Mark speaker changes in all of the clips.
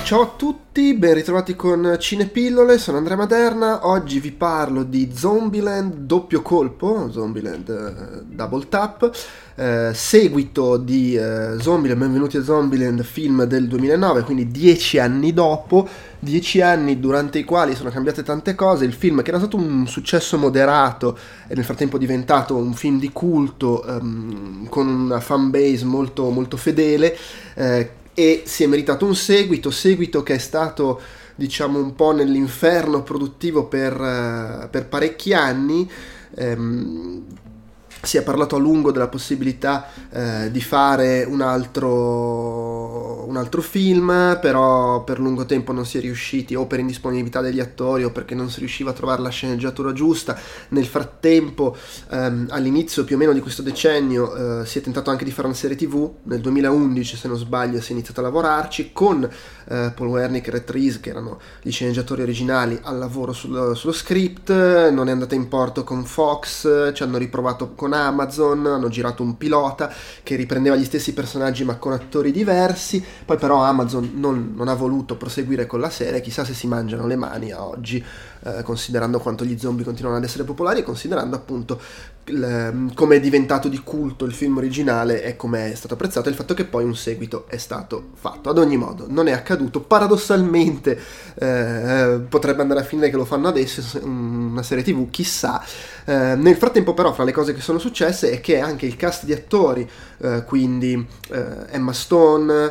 Speaker 1: Ciao a tutti, ben ritrovati con Cinepillole, sono Andrea Maderna. Oggi vi parlo di Zombieland doppio colpo, Zombieland Double Tap, seguito di Zombieland, Benvenuti a Zombieland, film del 2009, quindi 10 anni dopo, 10 anni durante i quali sono cambiate tante cose. Il film, che era stato un successo moderato, è nel frattempo diventato un film di culto, con una fanbase molto, molto fedele, e si è meritato un seguito che è stato, diciamo, un po' nell'inferno produttivo per parecchi anni. Si è parlato a lungo della possibilità di fare un altro film, però per lungo tempo non si è riusciti, o per indisponibilità degli attori o perché non si riusciva a trovare la sceneggiatura giusta. Nel frattempo, all'inizio più o meno di questo decennio, si è tentato anche di fare una serie TV. Nel 2011, se non sbaglio, si è iniziato a lavorarci con Paul Wernick e Rhett Reese, che erano gli sceneggiatori originali, al lavoro sullo script. Non è andata in porto con Fox, ci hanno riprovato con Amazon, hanno girato un pilota che riprendeva gli stessi personaggi ma con attori diversi. Poi però Amazon non ha voluto proseguire con la serie. Chissà se si mangiano le mani a oggi, considerando quanto gli zombie continuano ad essere popolari e considerando appunto come è diventato di culto il film originale e come è stato apprezzato, e il fatto che poi un seguito è stato fatto. Ad ogni modo non è accaduto. Paradossalmente potrebbe andare a finire che lo fanno adesso, una serie TV, chissà. Nel frattempo però, fra le cose che sono successe è che anche il cast di attori, quindi Emma Stone,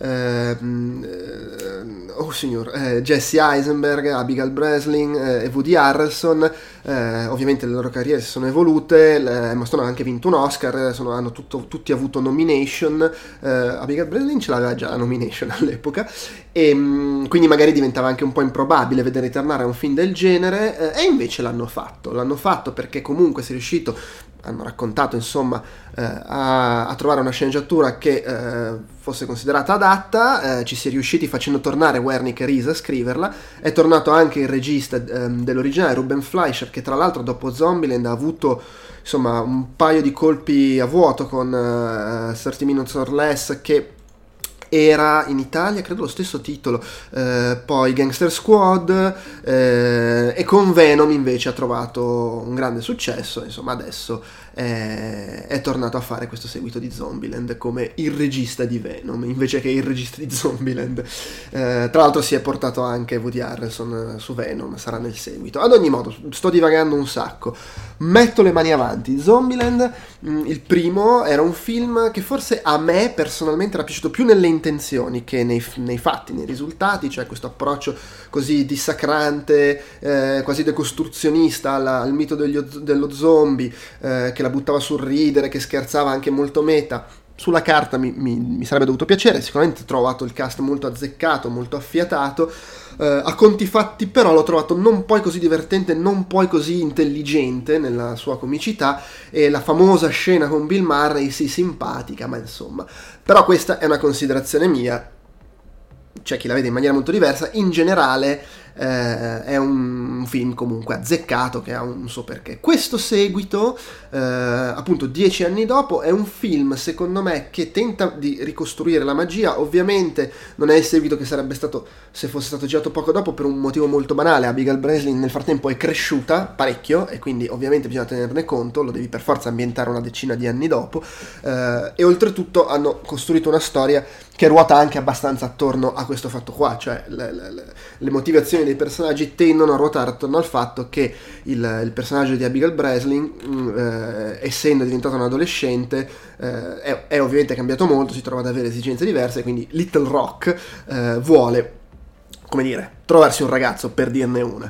Speaker 1: Jesse Eisenberg, Abigail Breslin e Woody Harrelson, ovviamente le loro carriere si sono evolute. Emma Stone ha anche vinto un Oscar, hanno tutti avuto nomination. Abigail Breslin ce l'aveva già la nomination all'epoca, e quindi magari diventava anche un po' improbabile vedere ritornare a un film del genere, e invece l'hanno fatto perché comunque si è riuscito, hanno raccontato insomma, a trovare una sceneggiatura che fosse considerata adatta. Ci si è riusciti facendo tornare Wernick e Reese a scriverla. È tornato anche il regista dell'originale, Ruben Fleischer, che tra l'altro dopo Zombieland ha avuto insomma un paio di colpi a vuoto con 30 Minutes or Less, che era in Italia credo lo stesso titolo, poi Gangster Squad, e con Venom invece ha trovato un grande successo. Insomma adesso è tornato a fare questo seguito di Zombieland come il regista di Venom invece che il regista di Zombieland. Tra l'altro si è portato anche Woody Harrelson su Venom, sarà nel seguito. Ad ogni modo, sto divagando un sacco, metto le mani avanti. Zombieland, il primo, era un film che forse a me personalmente era piaciuto più nelle intenzioni che nei fatti, nei risultati. Cioè questo approccio così dissacrante, quasi decostruzionista al mito dello zombie, che la buttava sul ridere, che scherzava, anche molto meta. Sulla carta mi sarebbe dovuto piacere. Sicuramente ho trovato il cast molto azzeccato, molto affiatato. A conti fatti però l'ho trovato non poi così divertente, non poi così intelligente nella sua comicità, e la famosa scena con Bill Murray, sì, simpatica, ma insomma. Però questa è una considerazione mia, c'è chi la vede in maniera molto diversa. In generale è un film comunque azzeccato, che ha un suo perché. Questo seguito, appunto 10 anni dopo, è un film secondo me che tenta di ricostruire la magia. Ovviamente non è il seguito che sarebbe stato se fosse stato girato poco dopo, per un motivo molto banale: Abigail Breslin nel frattempo è cresciuta parecchio e quindi ovviamente bisogna tenerne conto, lo devi per forza ambientare una decina di anni dopo, e oltretutto hanno costruito una storia che ruota anche abbastanza attorno a questo fatto qua. Cioè le motivazioni dei personaggi tendono a ruotare attorno al fatto che il personaggio di Abigail Breslin, essendo diventato un adolescente, è ovviamente cambiato molto, si trova ad avere esigenze diverse, quindi Little Rock vuole, come dire, trovarsi un ragazzo, per dirne una.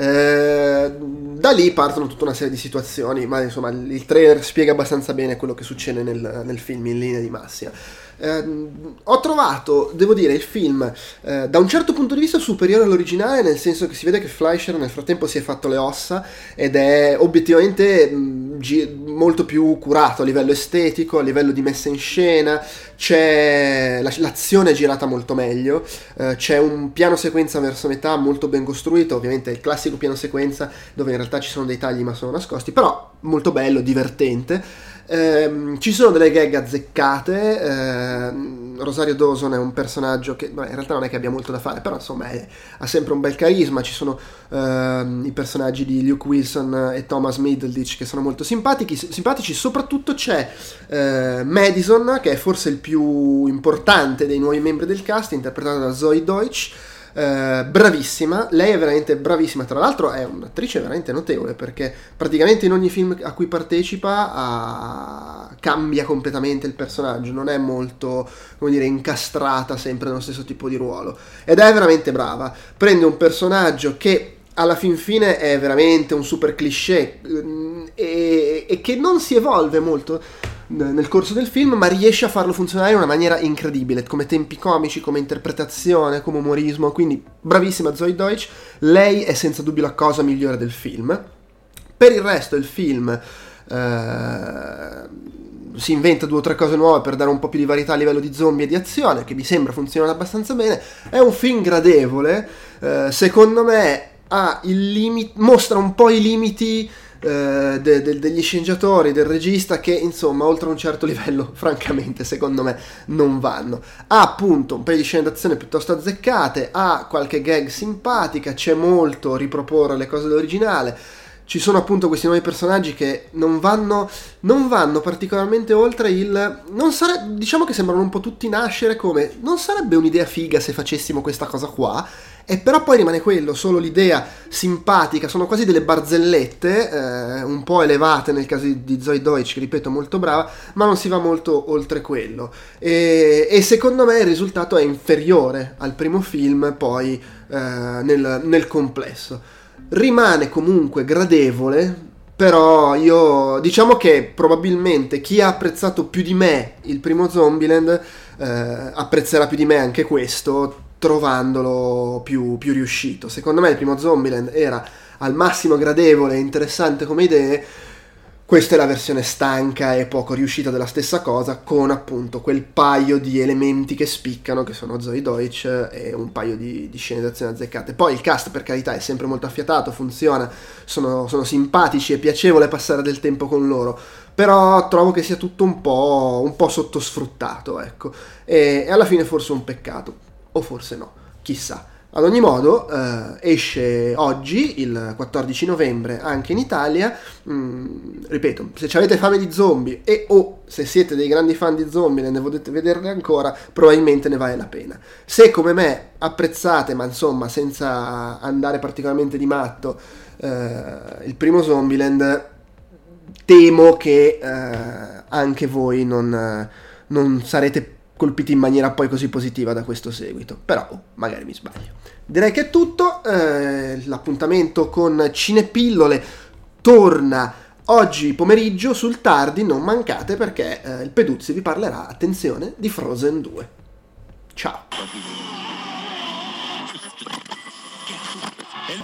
Speaker 1: Da lì partono tutta una serie di situazioni, ma insomma il trailer spiega abbastanza bene quello che succede nel film in linea di massima. Ho trovato, devo dire, il film da un certo punto di vista superiore all'originale, nel senso che si vede che Fleischer nel frattempo si è fatto le ossa ed è obiettivamente molto più curato a livello estetico, a livello di messa in scena. C'è l'azione è girata molto meglio, c'è un piano sequenza verso metà molto ben costruito, ovviamente è il classico piano sequenza dove in realtà ci sono dei tagli ma sono nascosti, però molto bello, divertente. Ci sono delle gag azzeccate, Rosario Dawson è un personaggio che in realtà non è che abbia molto da fare, però insomma ha sempre un bel carisma. Ci sono i personaggi di Luke Wilson e Thomas Middleditch che sono molto simpatici. Soprattutto c'è Madison, che è forse il più importante dei nuovi membri del cast, interpretato da Zoe Deutsch. Bravissima, lei è veramente bravissima, tra l'altro è un'attrice veramente notevole, perché praticamente in ogni film a cui partecipa cambia completamente il personaggio, non è molto, come dire, incastrata sempre nello stesso tipo di ruolo, ed è veramente brava. Prende un personaggio che alla fin fine è veramente un super cliché e che non si evolve molto nel corso del film, ma riesce a farlo funzionare in una maniera incredibile, come tempi comici, come interpretazione, come umorismo. Quindi bravissima Zoe Deutsch, lei è senza dubbio la cosa migliore del film. Per il resto il film si inventa 2 o 3 cose nuove per dare un po' più di varietà a livello di zombie e di azione, che mi sembra funzionano abbastanza bene. È un film gradevole, secondo me mostra un po' i limiti degli sceneggiatori, del regista, che insomma oltre un certo livello francamente secondo me non vanno. Ha appunto un paio di scene d'azione piuttosto azzeccate, ha qualche gag simpatica, c'è molto riproporre le cose dell'originale. Ci sono appunto questi nuovi personaggi che non vanno particolarmente oltre diciamo che sembrano un po' tutti nascere come non sarebbe un'idea figa se facessimo questa cosa qua, e però poi rimane quello, solo l'idea simpatica. Sono quasi delle barzellette un po' elevate nel caso di Zoe Deutsch, che ripeto molto brava, ma non si va molto oltre quello, e secondo me il risultato è inferiore al primo film poi nel complesso. Rimane comunque gradevole, però diciamo che probabilmente chi ha apprezzato più di me il primo Zombieland apprezzerà più di me anche questo, trovandolo più riuscito. Secondo me il primo Zombieland era al massimo gradevole e interessante come idee. Questa è la versione stanca e poco riuscita della stessa cosa, con appunto quel paio di elementi che spiccano, che sono Zoe Deutsch e un paio di scene d'azione azzeccate. Poi il cast, per carità, è sempre molto affiatato, funziona, sono simpatici, è piacevole passare del tempo con loro, però trovo che sia tutto un po' sottosfruttato, ecco, e alla fine forse un peccato, o forse no, chissà. Ad ogni modo esce oggi, il 14 novembre, anche in Italia. Ripeto, se avete fame di zombie o se siete dei grandi fan di zombie e ne volete vederle ancora, probabilmente ne vale la pena. Se come me apprezzate, ma insomma senza andare particolarmente di matto, il primo Zombieland, temo che anche voi non sarete colpiti in maniera poi così positiva da questo seguito, però magari mi sbaglio. Direi che è tutto. L'appuntamento con Cinepillole torna oggi pomeriggio sul tardi, non mancate, perché il Peduzzi vi parlerà, attenzione, di Frozen 2. Ciao.